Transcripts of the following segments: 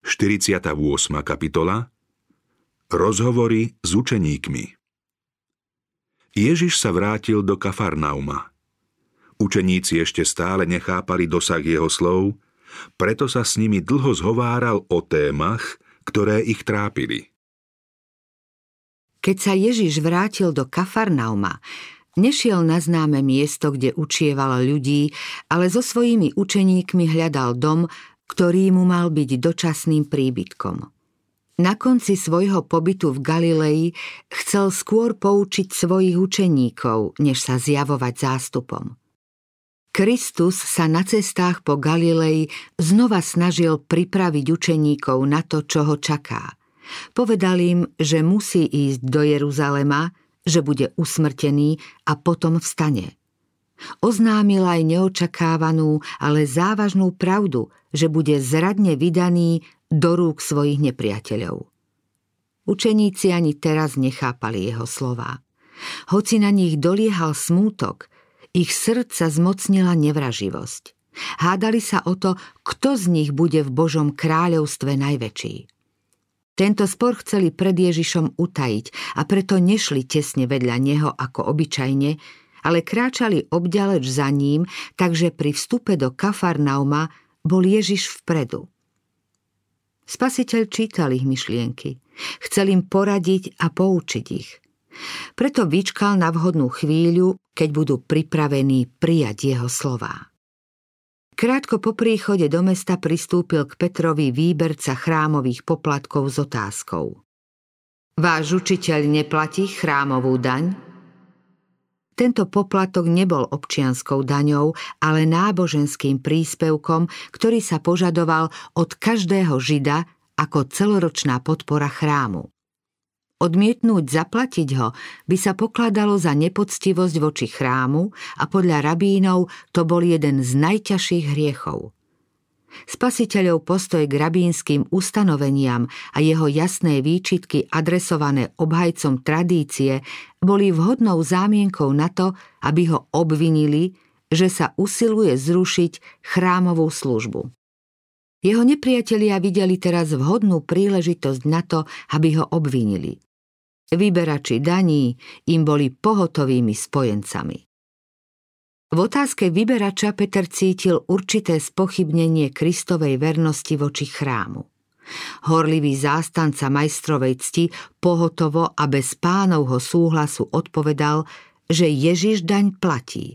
48. kapitola. Rozhovory s učeníkmi. Ježiš sa vrátil do Kafarnauma. Učeníci ešte stále nechápali dosah jeho slov, preto sa s nimi dlho zhováral o témach, ktoré ich trápili. Keď sa Ježiš vrátil do Kafarnauma, nešiel na známe miesto, kde učieval ľudí, ale so svojimi učeníkmi hľadal dom, ktorý mu mal byť dočasným príbytkom. Na konci svojho pobytu v Galilei chcel skôr poučiť svojich učeníkov, než sa zjavovať zástupom. Kristus sa na cestách po Galilei znova snažil pripraviť učeníkov na to, čo ho čaká. Povedal im, že musí ísť do Jeruzalema, že bude usmrtený a potom vstane. Oznámil aj neočakávanú, ale závažnú pravdu, že bude zradne vydaný do rúk svojich nepriateľov. Učeníci ani teraz nechápali jeho slová. Hoci na nich doliehal smútok, ich srdca zmocnila nevraživosť. Hádali sa o to, kto z nich bude v Božom kráľovstve najväčší. Tento spor chceli pred Ježišom utajiť a preto nešli tesne vedľa neho ako obyčajne, ale kráčali obďaleč za ním, takže pri vstupe do Kafarnauma bol Ježiš vpredu. Spasiteľ čítal ich myšlienky. Chcel im poradiť a poučiť ich. Preto vyčkal na vhodnú chvíľu, keď budú pripravení prijať jeho slová. Krátko po príchode do mesta pristúpil k Petrovi výberca chrámových poplatkov s otázkou: Váš učiteľ neplatí chrámovú daň? Tento poplatok nebol občianskou daňou, ale náboženským príspevkom, ktorý sa požadoval od každého Žida ako celoročná podpora chrámu. Odmietnúť zaplatiť ho by sa pokladalo za nepoctivosť voči chrámu a podľa rabínov to bol jeden z najťažších hriechov. Spasiteľov postoj k rabínskym ustanoveniam a jeho jasné výčitky adresované obhajcom tradície boli vhodnou zámienkou na to, aby ho obvinili, že sa usiluje zrušiť chrámovú službu. Jeho nepriatelia videli teraz vhodnú príležitosť na to, aby ho obvinili. Vyberači daní im boli pohotovými spojencami. V otázke vyberača Peter cítil určité spochybnenie Kristovej vernosti voči chrámu. Horlivý zástanca majstrovej cti pohotovo a bez Pánovho súhlasu odpovedal, že Ježiš daň platí.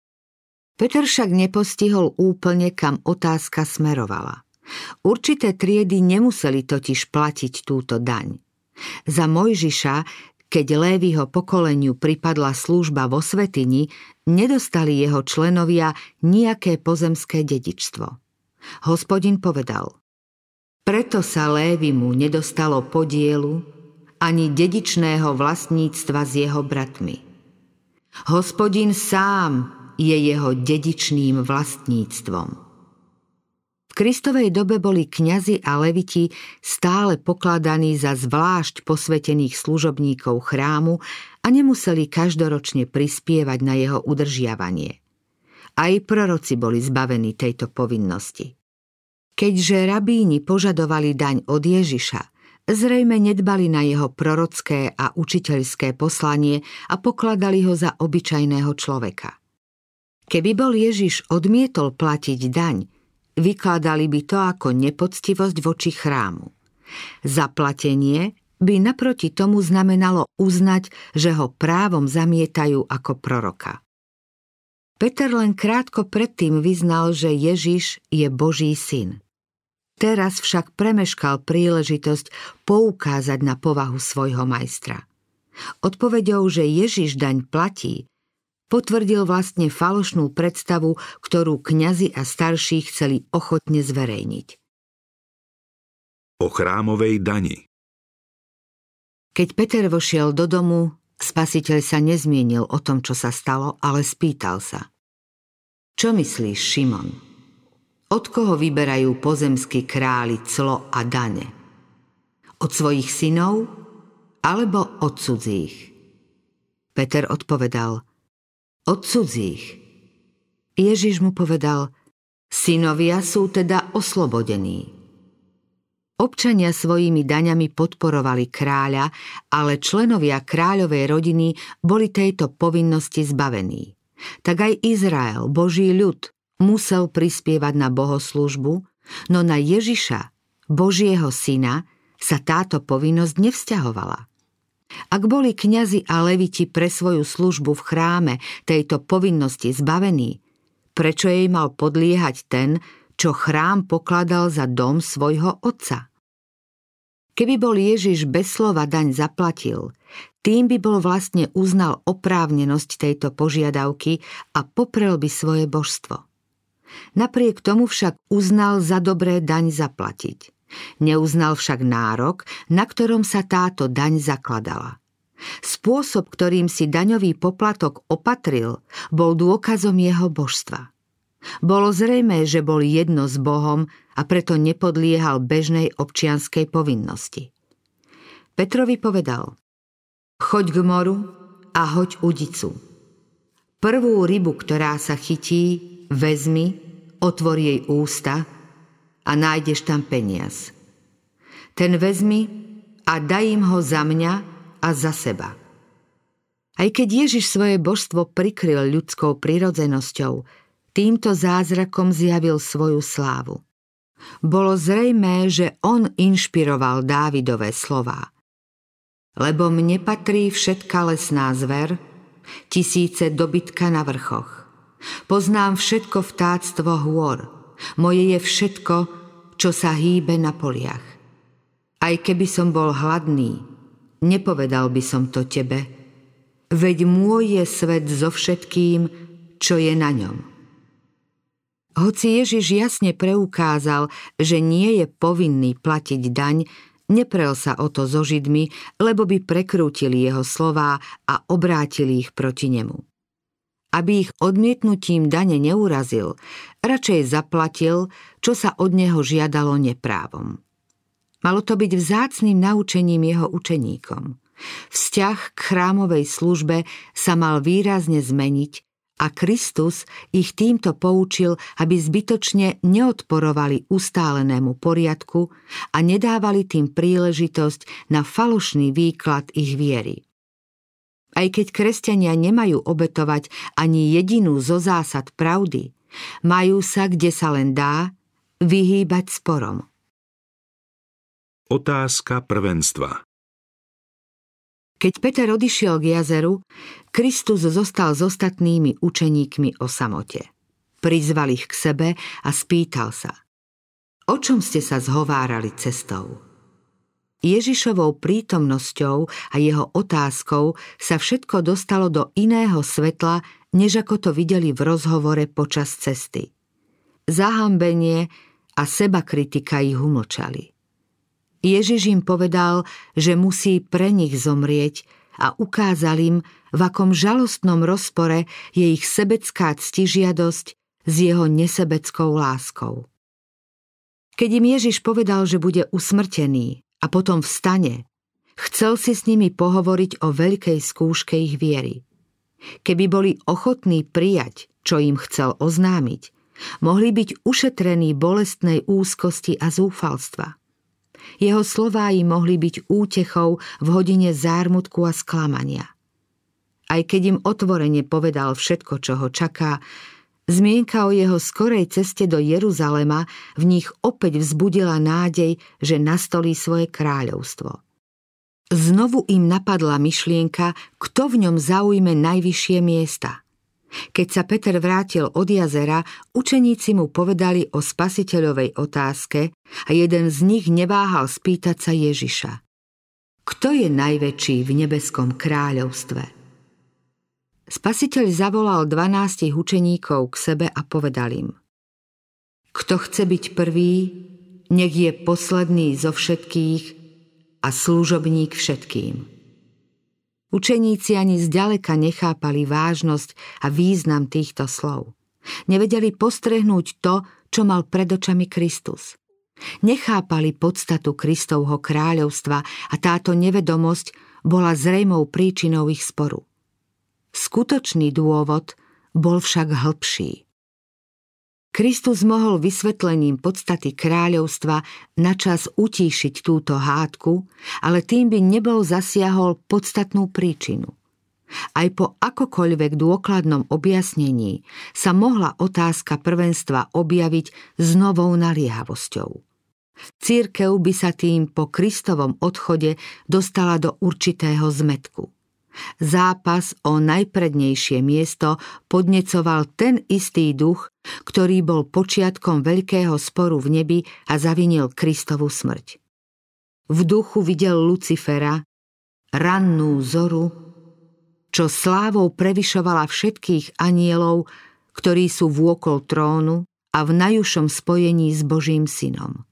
Peter však nepostihol úplne, kam otázka smerovala. Určité triedy nemuseli totiž platiť túto daň. Za Mojžiša, keď Léviho pokoleniu pripadla služba vo svätyni, nedostali jeho členovia nejaké pozemské dedičstvo. Hospodin povedal: Preto sa Lévimu nedostalo podielu ani dedičného vlastníctva s jeho bratmi. Hospodin sám je jeho dedičným vlastníctvom. V Kristovej dobe boli kňazi a leviti stále pokladaní za zvlášť posvetených služobníkov chrámu a nemuseli každoročne prispievať na jeho udržiavanie. Aj proroci boli zbavení tejto povinnosti. Keďže rabíni požadovali daň od Ježiša, zrejme nedbali na jeho prorocké a učiteľské poslanie a pokladali ho za obyčajného človeka. Keby bol Ježiš odmietol platiť daň, vykladali by to ako nepoctivosť voči chrámu. Zaplatenie by naproti tomu znamenalo uznať, že ho právom zamietajú ako proroka. Peter len krátko predtým vyznal, že Ježiš je Boží syn. Teraz však premeškal príležitosť poukázať na povahu svojho majstra. Odpoveďou, že Ježiš daň platí, potvrdil vlastne falošnú predstavu, ktorú kňazi a starší chceli ochotne zverejniť. O chrámovej dani. Keď Peter vošiel do domu, Spasiteľ sa nezmienil o tom, čo sa stalo, ale spýtal sa: Čo myslíš, Šimon? Od koho vyberajú pozemskí králi clo a dane? Od svojich synov alebo od cudzích? Peter odpovedal: Od cudzích. Ježiš mu povedal: Synovia sú teda oslobodení. Občania svojimi daňami podporovali kráľa, ale členovia kráľovej rodiny boli tejto povinnosti zbavení. Tak aj Izrael, Boží ľud, musel prispievať na bohoslúžbu, no na Ježiša, Božieho syna, sa táto povinnosť nevzťahovala. Ak boli kňazi a leviti pre svoju službu v chráme tejto povinnosti zbavení, prečo jej mal podliehať ten, čo chrám pokladal za dom svojho otca? Keby bol Ježiš bez slova daň zaplatil, tým by bol vlastne uznal oprávnenosť tejto požiadavky a poprel by svoje božstvo. Napriek tomu však uznal za dobré daň zaplatiť. Neuznal však nárok, na ktorom sa táto daň zakladala. Spôsob, ktorým si daňový poplatok opatril, bol dôkazom jeho božstva. Bolo zrejmé, že bol jedno s Bohom a preto nepodliehal bežnej občianskej povinnosti. Petrovi povedal: choď k moru a hoď udicu. Prvú rybu, ktorá sa chytí, vezmi, otvor jej ústa a nájdeš tam peniaz. Ten vezmi a daj im ho za mňa a za seba. Aj keď Ježiš svoje božstvo prikryl ľudskou prirodzenosťou, týmto zázrakom zjavil svoju slávu. Bolo zrejmé, že on inšpiroval Dávidové slová. Lebo mne patrí všetka lesná zver, tisíce dobytka na vrchoch. Poznám všetko vtáctvo hôr, moje je všetko, čo sa hýbe na poliach. Aj keby som bol hladný, nepovedal by som to tebe, veď môj je svet so všetkým, čo je na ňom. Hoci Ježiš jasne preukázal, že nie je povinný platiť daň, neprel sa o to so Židmi, lebo by prekrútili jeho slová a obrátili ich proti nemu. Aby ich odmietnutím dane neurazil, radšej zaplatil, čo sa od neho žiadalo neprávom. Malo to byť vzácnym naučením jeho učeníkom. Vzťah k chrámovej službe sa mal výrazne zmeniť a Kristus ich týmto poučil, aby zbytočne neodporovali ustálenému poriadku a nedávali tým príležitosť na falošný výklad ich viery. Aj keď kresťania nemajú obetovať ani jedinú zo zásad pravdy, majú sa, kde sa len dá, vyhýbať sporom. Otázka prvenstva. Keď Peter odišiel k jazeru, Kristus zostal s ostatnými učeníkmi o samote. Prizval ich k sebe a spýtal sa: O čom ste sa zhovárali cestou? Ježišovou prítomnosťou a jeho otázkou sa všetko dostalo do iného svetla, než ako to videli v rozhovore počas cesty. Zahambenie a sebakritika ich umlčali. Ježiš im povedal, že musí pre nich zomrieť a ukázal im, v akom žalostnom rozpore je ich sebecká ctižiadosť s jeho nesebeckou láskou. Keď im Ježiš povedal, že bude usmrtený a potom vstane, chcel si s nimi pohovoriť o veľkej skúške ich viery. Keby boli ochotní prijať, čo im chcel oznámiť, mohli byť ušetrení bolestnej úzkosti a zúfalstva. Jeho slová im mohli byť útechou v hodine zármutku a sklamania. Aj keď im otvorene povedal všetko, čo ho čaká, zmienka o jeho skorej ceste do Jeruzalema v nich opäť vzbudila nádej, že nastolí svoje kráľovstvo. Znovu im napadla myšlienka, kto v ňom zaujme najvyššie miesta. Keď sa Peter vrátil od jazera, učeníci mu povedali o spasiteľovej otázke a jeden z nich neváhal spýtať sa Ježiša: Kto je najväčší v nebeskom kráľovstve? Spasiteľ zavolal 12 učeníkov k sebe a povedal im: Kto chce byť prvý, nech je posledný zo všetkých a služobník všetkým. Učeníci ani zďaleka nechápali vážnosť a význam týchto slov. Nevedeli postrehnúť to, čo mal pred očami Kristus. Nechápali podstatu Kristovho kráľovstva a táto nevedomosť bola zrejmou príčinou ich sporu. Skutočný dôvod bol však hlbší. Kristus mohol vysvetlením podstaty kráľovstva načas utíšiť túto hádku, ale tým by nebol zasiahol podstatnú príčinu. Aj po akokoľvek dôkladnom objasnení sa mohla otázka prvenstva objaviť s novou naliehavosťou. Cirkev by sa tým po Kristovom odchode dostala do určitého zmätku. Zápas o najprednejšie miesto podnecoval ten istý duch, ktorý bol počiatkom veľkého sporu v nebi a zavinil Kristovu smrť. V duchu videl Lucifera, rannú zoru, čo slávou prevyšovala všetkých anielov, ktorí sú vôkol trónu a v najúžšom spojení s Božím synom.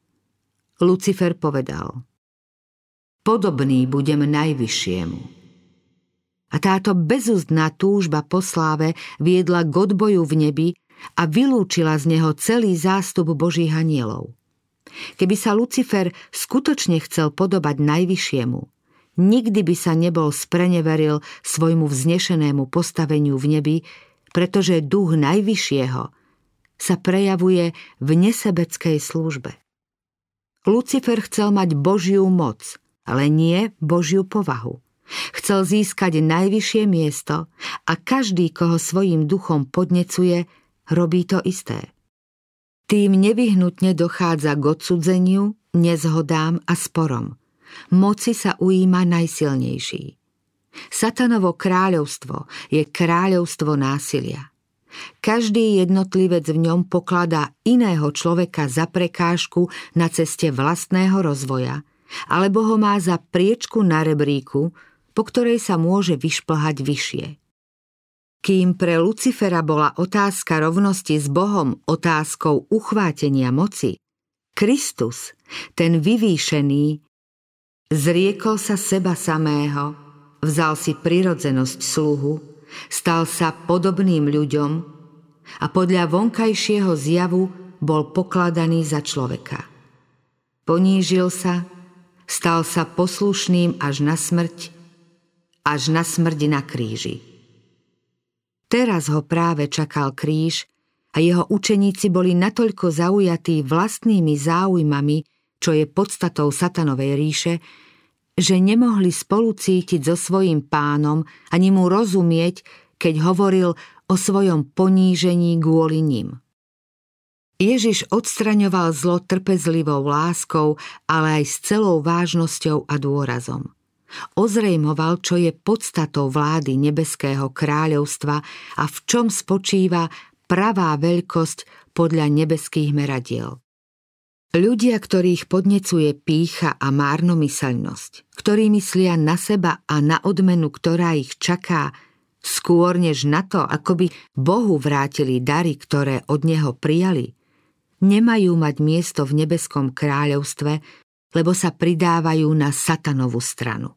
Lucifer povedal: Podobný budem najvyššiemu. A táto bezúzdná túžba po sláve viedla k odboju v nebi a vylúčila z neho celý zástup Božích anielov. Keby sa Lucifer skutočne chcel podobať najvyššiemu, nikdy by sa nebol spreneveril svojmu vznešenému postaveniu v nebi, pretože duch najvyššieho sa prejavuje v nesebeckej službe. Lucifer chcel mať Božiu moc, ale nie Božiu povahu. Chcel získať najvyššie miesto a každý, koho svojím duchom podnecuje, robí to isté. Tým nevyhnutne dochádza k odsudzeniu, nezhodám a sporom. Moci sa ujíma najsilnejší. Satanovo kráľovstvo je kráľovstvo násilia. Každý jednotlivec v ňom pokladá iného človeka za prekážku na ceste vlastného rozvoja, alebo ho má za priečku na rebríku, po ktorej sa môže vyšplhať vyššie. Kým pre Lucifera bola otázka rovnosti s Bohom otázkou uchvátenia moci, Kristus, ten vyvýšený, zriekol sa seba samého, vzal si prirodzenosť sluhu, stal sa podobným ľuďom a podľa vonkajšieho zjavu bol pokladaný za človeka. Ponížil sa, stal sa poslušným až na smrť na kríži. Teraz ho práve čakal kríž a jeho učeníci boli natoľko zaujatí vlastnými záujmami, čo je podstatou satanovej ríše, že nemohli spolu cítiť so svojím pánom ani mu rozumieť, keď hovoril o svojom ponížení kvôli nim. Ježiš odstraňoval zlo trpezlivou láskou, ale aj s celou vážnosťou a dôrazom. Ozrejmoval, čo je podstatou vlády nebeského kráľovstva a v čom spočíva pravá veľkosť podľa nebeských meradiel. Ľudia, ktorých podnecuje pýcha a márnomyseľnosť, ktorí myslia na seba a na odmenu, ktorá ich čaká, skôr než na to, ako by Bohu vrátili dary, ktoré od Neho prijali, nemajú mať miesto v nebeskom kráľovstve, lebo sa pridávajú na satanovú stranu.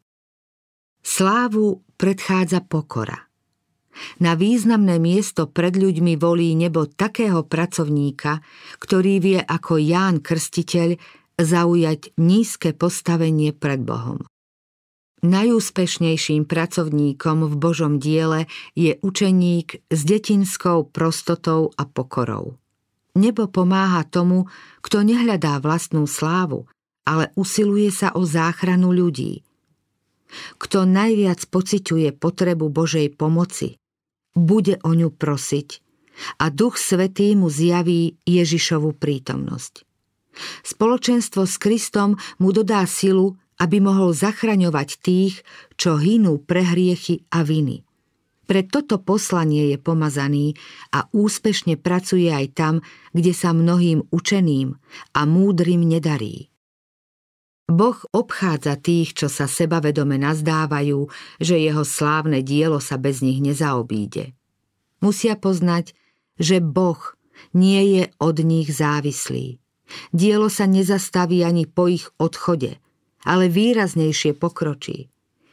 Slávu predchádza pokora. Na významné miesto pred ľuďmi volí nebo takého pracovníka, ktorý vie ako Ján Krstiteľ zaujať nízke postavenie pred Bohom. Najúspešnejším pracovníkom v Božom diele je učeník s detinskou prostotou a pokorou. Nebo pomáha tomu, kto nehľadá vlastnú slávu, ale usiluje sa o záchranu ľudí. Kto najviac pociťuje potrebu Božej pomoci, bude o ňu prosiť a Duch Svätý mu zjaví Ježišovu prítomnosť. Spoločenstvo s Kristom mu dodá silu, aby mohol zachraňovať tých, čo hynú pre hriechy a viny. Pre toto poslanie je pomazaný a úspešne pracuje aj tam, kde sa mnohým učeným a múdrym nedarí. Boh obchádza tých, čo sa sebavedome nazdávajú, že jeho slávne dielo sa bez nich nezaobíde. Musia poznať, že Boh nie je od nich závislý. Dielo sa nezastaví ani po ich odchode, ale výraznejšie pokročí.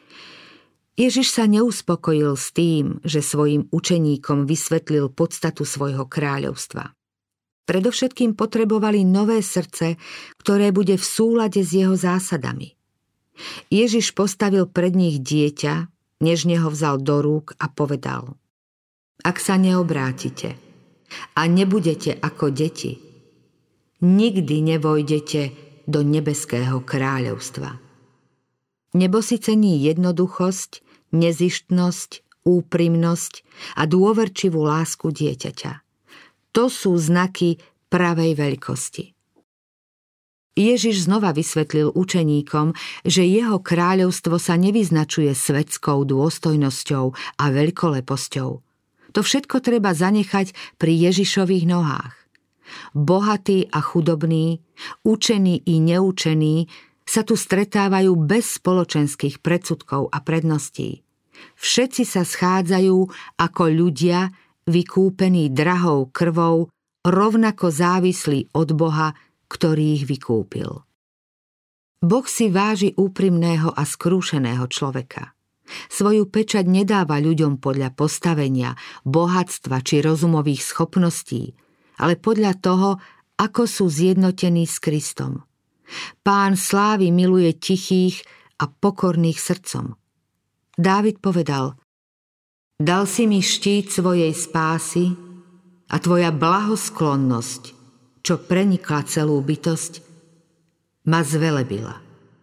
Ježiš sa neuspokojil s tým, že svojim učeníkom vysvetlil podstatu svojho kráľovstva. Predovšetkým potrebovali nové srdce, ktoré bude v súlade s jeho zásadami. Ježiš postavil pred nich dieťa, nežne ho vzal do rúk a povedal: Ak sa neobrátite, a nebudete ako deti. Nikdy nevojdete do nebeského kráľovstva. Nebo si cení jednoduchosť, nezištnosť, úprimnosť a dôverčivú lásku dieťaťa. To sú znaky pravej veľkosti. Ježiš znova vysvetlil učeníkom, že jeho kráľovstvo sa nevyznačuje svetskou dôstojnosťou a veľkoleposťou. To všetko treba zanechať pri Ježišových nohách. Bohatí a chudobní, učení i neúčení sa tu stretávajú bez spoločenských predsudkov a predností. Všetci sa schádzajú ako ľudia, vykúpení drahou krvou, rovnako závislí od Boha, ktorý ich vykúpil. Boh si váži úprimného a skrúšeného človeka. Svoju pečať nedáva ľuďom podľa postavenia, bohatstva či rozumových schopností, ale podľa toho, ako sú zjednotení s Kristom. Pán slávy miluje tichých a pokorných srdcom. Dávid povedal: Dal si mi štít svojej spásy a tvoja blahosklonnosť, čo prenikla celú bytosť, ma zvelebila.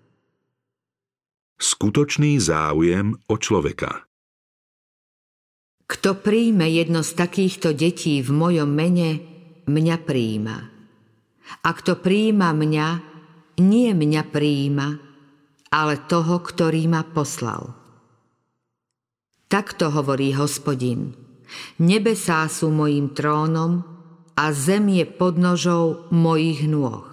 Skutočný záujem o človeka. Kto príjme jedno z takýchto detí v mojom mene, mňa prijíma. A kto prijíma mňa, nie mňa prijíma, ale toho, ktorý ma poslal. Takto hovorí Hospodin: Nebesá sú mojím trónom a zem je podnožou mojich nôh.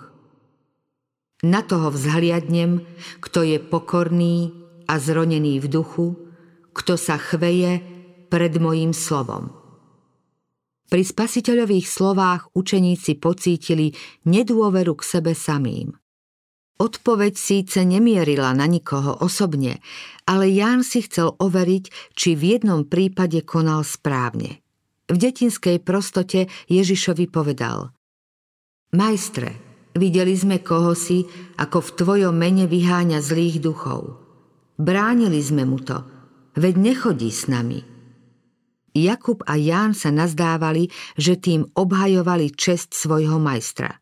Na toho vzhliadnem, kto je pokorný a zronený v duchu, kto sa chveje pred mojím slovom. Pri spasiteľových slovách učeníci pocítili nedôveru k sebe samým. Odpoveď síce nemierila na nikoho osobne, ale Ján si chcel overiť, či v jednom prípade konal správne. V detinskej prostote Ježišovi povedal: Majstre, videli sme kohosi, ako v tvojom mene vyháňa zlých duchov. Bránili sme mu to, veď nechodí s nami. Jakub a Ján sa nazdávali, že tým obhajovali česť svojho majstra.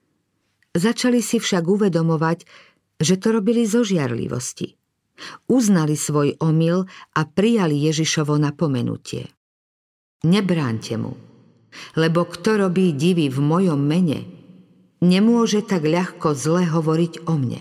Začali si však uvedomovať, že to robili zo žiarlivosti. Uznali svoj omyl a prijali Ježišovo napomenutie. Nebránte mu, lebo kto robí divy v mojom mene, nemôže tak ľahko zle hovoriť o mne.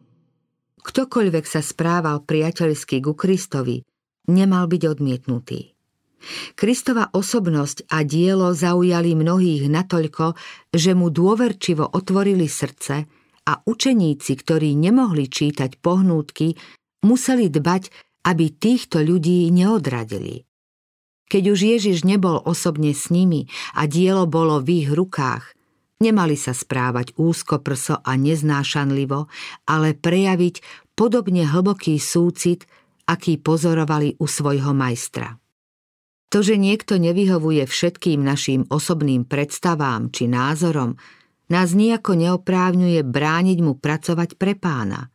Ktokoľvek sa správal priateľsky ku Kristovi, nemal byť odmietnutý. Kristova osobnosť a dielo zaujali mnohých natoľko, že mu dôverčivo otvorili srdce a učeníci, ktorí nemohli čítať pohnútky, museli dbať, aby týchto ľudí neodradili. Keď už Ježiš nebol osobne s nimi a dielo bolo v ich rukách, nemali sa správať úzkoprso a neznášanlivo, ale prejaviť podobne hlboký súcit, aký pozorovali u svojho majstra. To, že niekto nevyhovuje všetkým našim osobným predstavám či názorom, nás nijako neoprávňuje brániť mu pracovať pre Pána.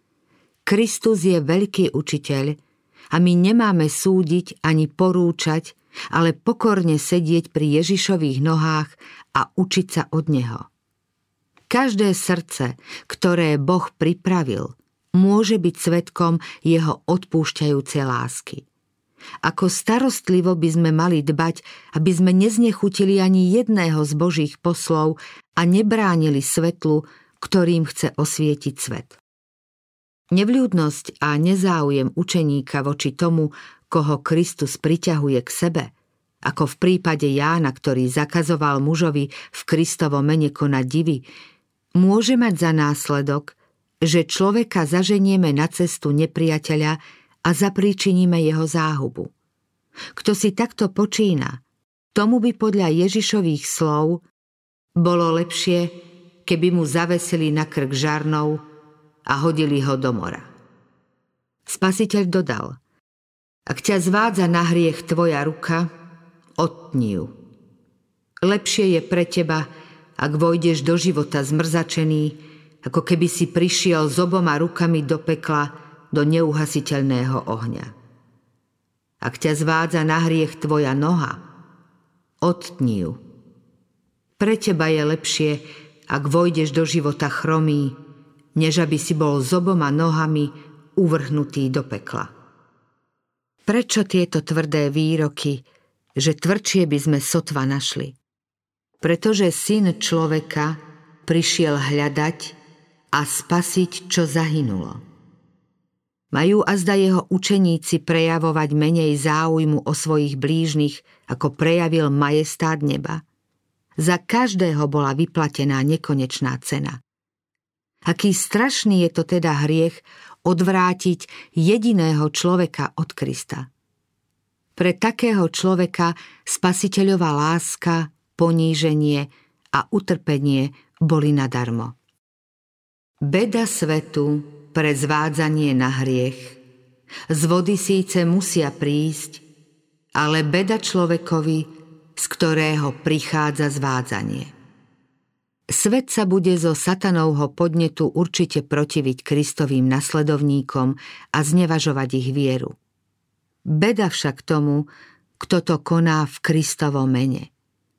Kristus je veľký učiteľ a my nemáme súdiť ani porúčať, ale pokorne sedieť pri Ježišových nohách a učiť sa od neho. Každé srdce, ktoré Boh pripravil, môže byť svedkom jeho odpúšťajúcej lásky. Ako starostlivo by sme mali dbať, aby sme neznechutili ani jedného z Božích poslov a nebránili svetlu, ktorým chce osvietiť svet. Nevľúdnosť a nezáujem učeníka voči tomu, koho Kristus priťahuje k sebe, ako v prípade Jána, ktorý zakazoval mužovi v Kristovom mene konať divy, môže mať za následok, že človeka zaženieme na cestu nepriateľa a zapríčiníme jeho záhubu. Kto si takto počína, tomu by podľa Ježišových slov bolo lepšie, keby mu zavesili na krk žarnou a hodili ho do mora. Spasiteľ dodal: Ak ťa zvádza na hriech tvoja ruka, odtni ju. Lepšie je pre teba, ak vojdeš do života zmrzačený, ako keby si prišiel s oboma rukami do pekla, do neuhasiteľného ohňa. Ak ťa zvádza na hriech tvoja noha, odtni ju. Pre teba je lepšie, ak vojdeš do života chromý, než aby si bol s oboma nohami uvrhnutý do pekla. Prečo tieto tvrdé výroky, že tvrdšie by sme sotva našli? Pretože Syn človeka prišiel hľadať a spasiť, čo zahynulo. Majú azda jeho učeníci prejavovať menej záujmu o svojich blížnych, ako prejavil majestát neba? Za každého bola vyplatená nekonečná cena. Aký strašný je to teda hriech odvrátiť jediného človeka od Krista. Pre takého človeka spasiteľová láska, poníženie a utrpenie boli nadarmo. Beda svetu pre zvádzanie na hriech. Z vody síce musia prísť, ale beda človekovi, z ktorého prichádza zvádzanie. Svet sa bude zo satanovho podnetu určite protiviť Kristovým nasledovníkom a znevažovať ich vieru. Beda však tomu, kto to koná v Kristovom mene.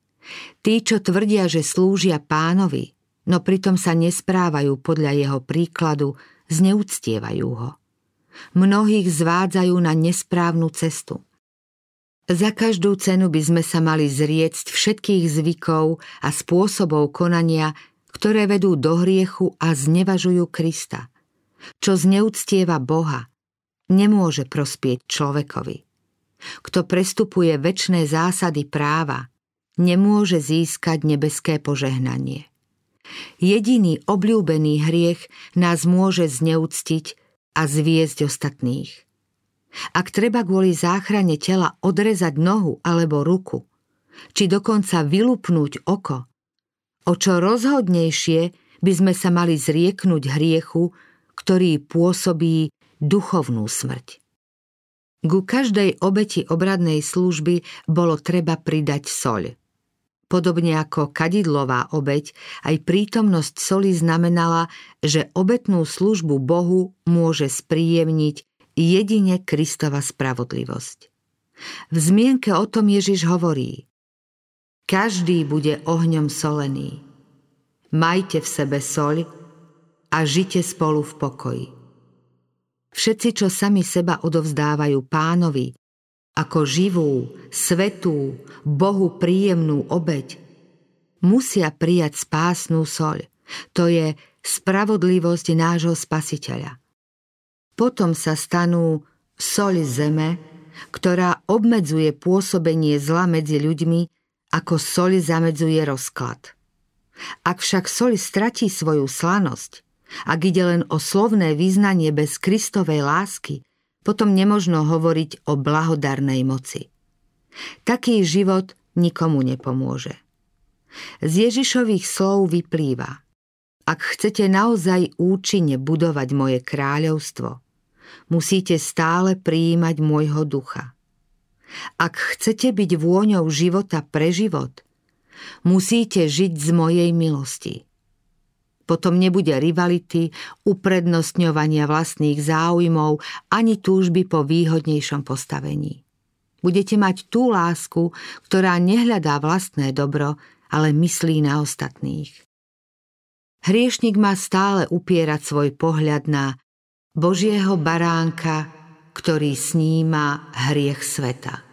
Tí, čo tvrdia, že slúžia Pánovi, no pritom sa nesprávajú podľa jeho príkladu, zneúctievajú ho. Mnohých zvádzajú na nesprávnu cestu. Za každú cenu by sme sa mali zriecť všetkých zvykov a spôsobov konania, ktoré vedú do hriechu a znevažujú Krista. Čo zneúctieva Boha, nemôže prospieť človekovi. Kto prestupuje večné zásady práva, nemôže získať nebeské požehnanie. Jediný obľúbený hriech nás môže zneúctiť a zviesť ostatných. Ak treba kvôli záchrane tela odrezať nohu alebo ruku, či dokonca vylupnúť oko, o čo rozhodnejšie by sme sa mali zrieknúť hriechu, ktorý pôsobí duchovnú smrť. Ku každej obeti obradnej služby bolo treba pridať soľ. Podobne ako kadidlová obeť, aj prítomnosť soli znamenala, že obetnú službu Bohu môže spríjemniť jedine Kristova spravodlivosť. V zmienke o tom Ježiš hovorí: každý bude ohňom solený. Majte v sebe soľ a žite spolu v pokoji. Všetci, čo sami seba odovzdávajú Pánovi, ako živú, svätú, Bohu príjemnú obeť, musia prijať spásnu soľ, to je spravodlivosť nášho Spasiteľa. Potom sa stanú soľ zeme, ktorá obmedzuje pôsobenie zla medzi ľuďmi, ako soľ zamedzuje rozklad. Ak však soľ stratí svoju slanosť, ak ide len o slovné vyznanie bez Kristovej lásky, potom nemožno hovoriť o blahodarnej moci. Taký život nikomu nepomôže. Z Ježišových slov vyplýva: ak chcete naozaj účinne budovať moje kráľovstvo, musíte stále prijímať môjho ducha. Ak chcete byť vôňou života pre život, musíte žiť z mojej milosti. Potom nebude rivality, uprednostňovania vlastných záujmov ani túžby po výhodnejšom postavení. Budete mať tú lásku, ktorá nehľadá vlastné dobro, ale myslí na ostatných. Hriešnik má stále upierať svoj pohľad na Božieho baránka, ktorý sníma hriech sveta.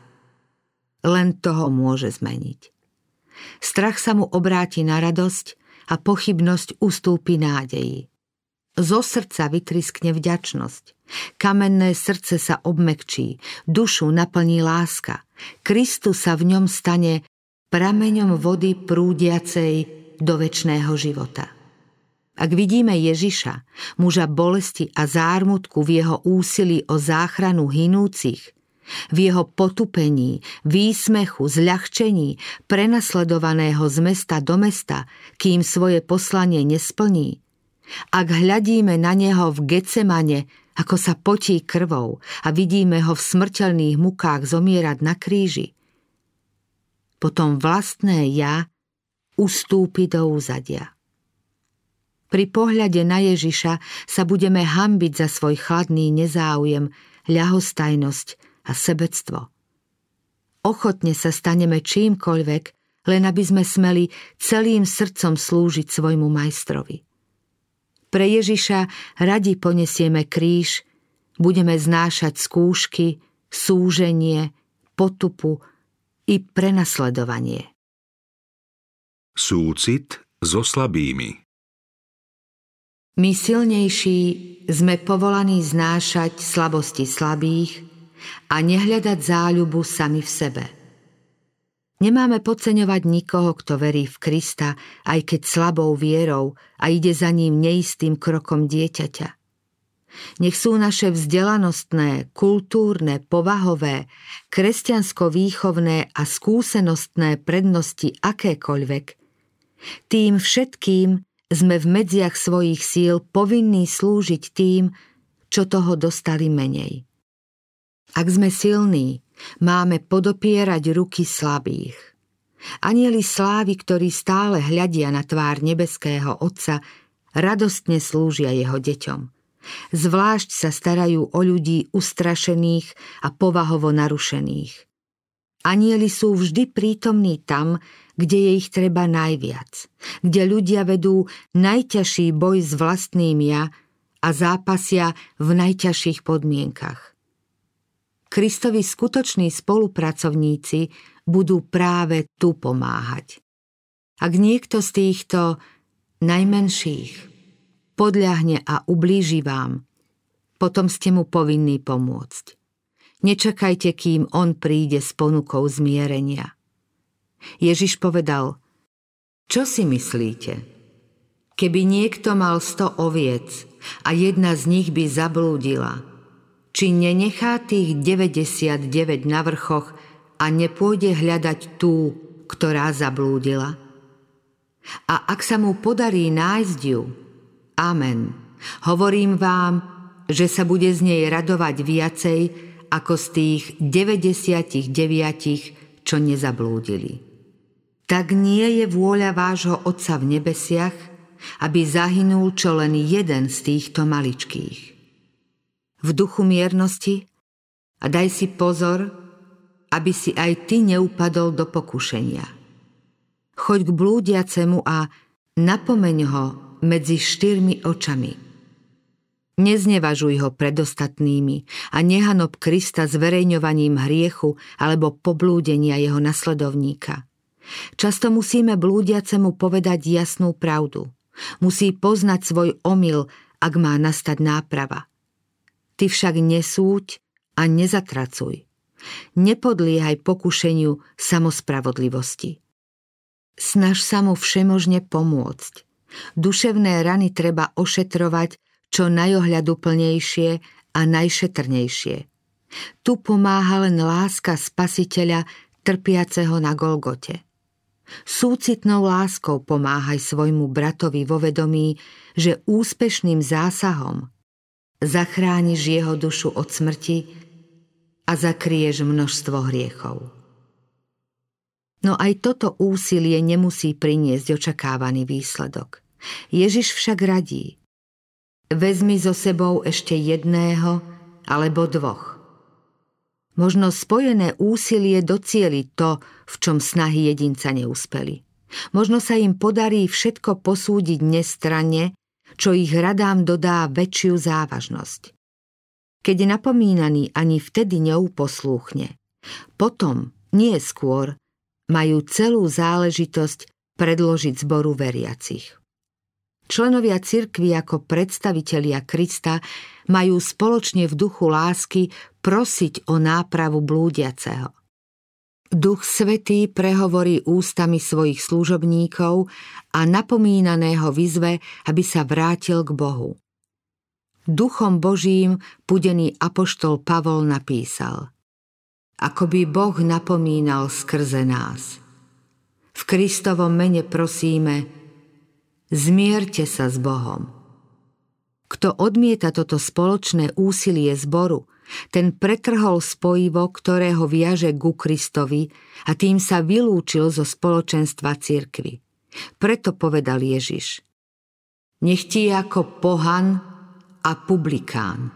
Len toho môže zmeniť. Strach sa mu obráti na radosť a pochybnosť ustúpi nádeji. Zo srdca vytriskne vďačnosť. Kamenné srdce sa obmekčí, dušu naplní láska. Kristus sa v ňom stane prameňom vody prúdiacej do večného života. Ak vidíme Ježiša, muža bolesti a zármutku v jeho úsilí o záchranu hynúcich, v jeho potupení, výsmechu, zľahčení, prenasledovaného z mesta do mesta, kým svoje poslanie nesplní, ak hľadíme na neho v Getsemane, ako sa potí krvou a vidíme ho v smrteľných mukách zomierať na kríži, potom vlastné ja ustúpi do úzadia. Pri pohľade na Ježiša sa budeme hanbiť za svoj chladný nezáujem, ľahostajnosť a sebectvo. Ochotne sa staneme čímkoľvek, len aby sme smeli celým srdcom slúžiť svojmu majstrovi. Pre Ježiša radi ponesieme kríž, budeme znášať skúšky, súženie, potupu i prenasledovanie. Súcit so slabými. My silnejší sme povolaní znášať slabosti slabých a nehľadať záľubu sami v sebe. Nemáme podceňovať nikoho, kto verí v Krista, aj keď slabou vierou a ide za ním neistým krokom dieťaťa. Nech sú naše vzdelanostné, kultúrne, povahové, kresťansko-výchovné a skúsenostné prednosti akékoľvek. Tým všetkým sme v medziach svojich síl povinní slúžiť tým, čo toho dostali menej. Ak sme silní, máme podopierať ruky slabých. Anjeli slávy, ktorí stále hľadia na tvár nebeského Otca, radostne slúžia jeho deťom. Zvlášť sa starajú o ľudí ustrašených a povahovo narušených. Anjeli sú vždy prítomní tam, kde je ich treba najviac, kde ľudia vedú najťažší boj s vlastným ja a zápasia v najťažších podmienkach. Kristovi skutoční spolupracovníci budú práve tu pomáhať. Ak niekto z týchto najmenších podľahne a ublíži vám, potom ste mu povinní pomôcť. Nečakajte, kým on príde s ponukou zmierenia. Ježiš povedal: Čo si myslíte? Keby niekto mal 100 oviec a jedna z nich by zablúdila, či nenechá tých 99 na vrchoch a nepôjde hľadať tú, ktorá zablúdila? A ak sa mu podarí nájsť ju, amen, hovorím vám, že sa bude z nej radovať viacej ako z tých 99, čo nezablúdili. Tak nie je vôľa vášho Otca v nebesiach, aby zahynul čo len jeden z týchto maličkých. V duchu miernosti a daj si pozor, aby si aj ty neupadol do pokušenia. Choď k blúdiacemu a napomeň ho medzi 4 očami. Neznevažuj ho pred ostatnými a nehanob Krista zverejňovaním hriechu alebo poblúdenia jeho nasledovníka. Často musíme blúdiacemu povedať jasnú pravdu. Musí poznať svoj omyl, ak má nastať náprava. Ty však nesúď a nezatracuj. Nepodliehaj pokušeniu samospravodlivosti. Snaž sa mu všemožne pomôcť. Duševné rany treba ošetrovať čo najohľaduplnejšie a najšetrnejšie. Tu pomáha len láska Spasiteľa trpiaceho na Golgote. Súcitnou láskou pomáhaj svojmu bratovi vo vedomí, že úspešným zásahom zachrániš jeho dušu od smrti a zakryješ množstvo hriechov. No aj toto úsilie nemusí priniesť očakávaný výsledok. Ježiš však radí: vezmi so sebou ešte jedného alebo 2. Možno spojené úsilie docieli to, v čom snahy jedinca neúspeli. Možno sa im podarí všetko posúdiť nestranne, čo ich radám dodá väčšiu závažnosť. Keď napomínaný ani vtedy neuposlúchne, potom, nie skôr, majú celú záležitosť predložiť zboru veriacich. Členovia cirkvi ako predstavitelia Krista majú spoločne v duchu lásky prosiť o nápravu blúdiaceho. Duch Svätý prehovorí ústami svojich služobníkov a napomínaného vyzve, aby sa vrátil k Bohu. Duchom Božím pudený apoštol Pavol napísal: Ako by Boh napomínal skrze nás. V Kristovom mene prosíme, zmierte sa s Bohom. Kto odmieta toto spoločné úsilie zboru, ten pretrhol spojivo, ktorého viaže ku Kristovi, a tým sa vylúčil zo spoločenstva cirkvi. Preto povedal Ježiš: nech ti je ako pohan a publikán.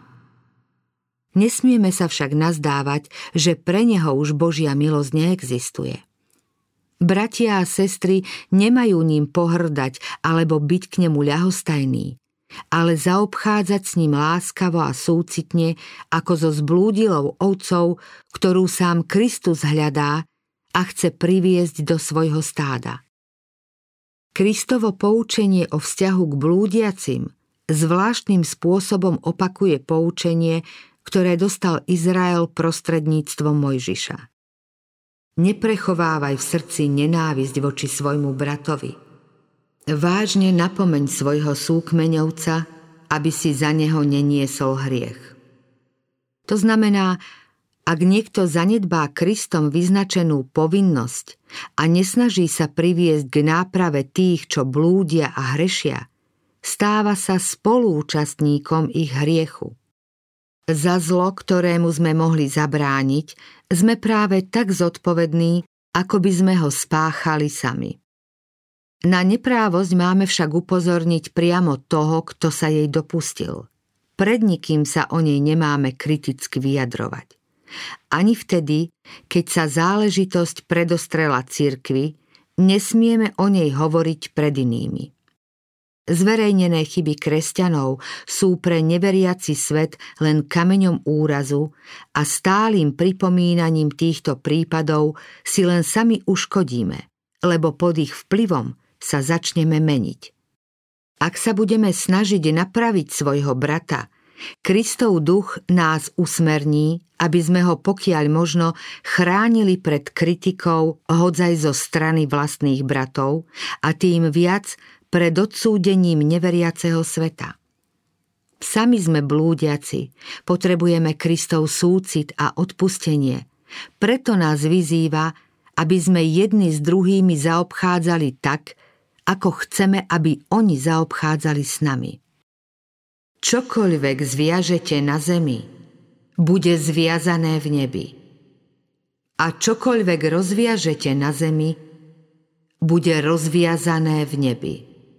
Nesmieme sa však nazdávať, že pre neho už Božia milosť neexistuje. Bratia a sestry nemajú ním pohrdať alebo byť k nemu ľahostajní, ale zaobchádzať s ním láskavo a súcitne ako so zblúdilou ovcou, ktorú sám Kristus hľadá a chce priviesť do svojho stáda. Kristovo poučenie o vzťahu k blúdiacim zvláštnym spôsobom opakuje poučenie, ktoré dostal Izrael prostredníctvom Mojžiša. Neprechovávaj v srdci nenávisť voči svojmu bratovi. Vážne napomeň svojho súkmeňovca, aby si za neho neniesol hriech. To znamená, ak niekto zanedbá Kristom vyznačenú povinnosť a nesnaží sa priviesť k náprave tých, čo blúdia a hrešia, stáva sa spoluúčastníkom ich hriechu. Za zlo, ktorému sme mohli zabrániť, sme práve tak zodpovední, ako by sme ho spáchali sami. Na neprávosť máme však upozorniť priamo toho, kto sa jej dopustil. Pred nikým sa o nej nemáme kriticky vyjadrovať. Ani vtedy, keď sa záležitosť predostrela cirkvi, nesmieme o nej hovoriť pred inými. Zverejnené chyby kresťanov sú pre neveriaci svet len kameňom úrazu a stálym pripomínaním týchto prípadov si len sami uškodíme, lebo pod ich vplyvom sa začneme meniť. Ak sa budeme snažiť napraviť svojho brata, Kristov duch nás usmerní, aby sme ho pokiaľ možno chránili pred kritikou hodzaj zo strany vlastných bratov a tým viac pred odsúdením neveriaceho sveta. Sami sme blúdiaci, potrebujeme Kristov súcit a odpustenie. Preto nás vyzýva, aby sme jedni s druhými zaobchádzali tak, ako chceme, aby oni zaobchádzali s nami. Čokoľvek zviažete na zemi, bude zviazané v nebi. A čokoľvek rozviažete na zemi, bude rozviazané v nebi.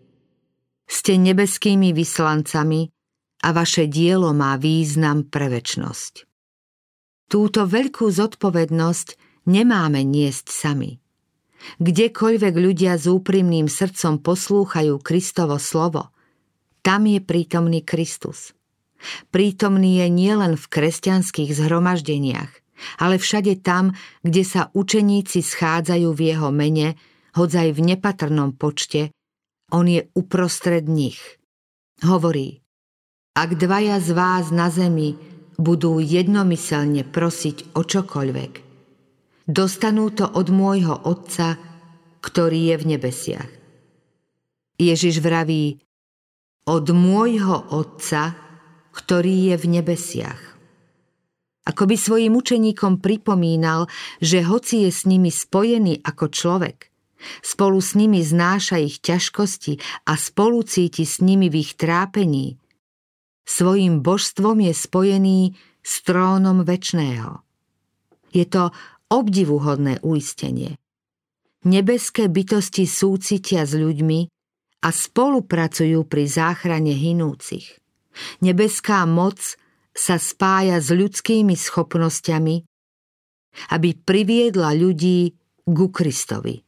Ste nebeskými vyslancami a vaše dielo má význam pre večnosť. Túto veľkú zodpovednosť nemáme niesť sami. Kdekoľvek ľudia s úprimným srdcom poslúchajú Kristovo slovo, tam je prítomný Kristus. Prítomný je nielen v kresťanských zhromaždeniach, ale všade tam, kde sa učeníci schádzajú v jeho mene, hodzaj v nepatrnom počte, on je uprostred nich. Hovorí: ak dvaja z vás na zemi budú jednomyselne prosiť o čokoľvek, dostanú to od môjho Otca, ktorý je v nebesiach. Ježiš vraví: od môjho Otca, ktorý je v nebesiach. Ako by svojim učeníkom pripomínal, že hoci je s nimi spojený ako človek, spolu s nimi znáša ich ťažkosti a spolucíti s nimi v ich trápení, svojím božstvom je spojený s trónom večného. Je to obdivuhodné uistenie. Nebeské bytosti súcitia s ľuďmi a spolupracujú pri záchrane hinúcich. Nebeská moc sa spája s ľudskými schopnosťami, aby priviedla ľudí ku Kristovi.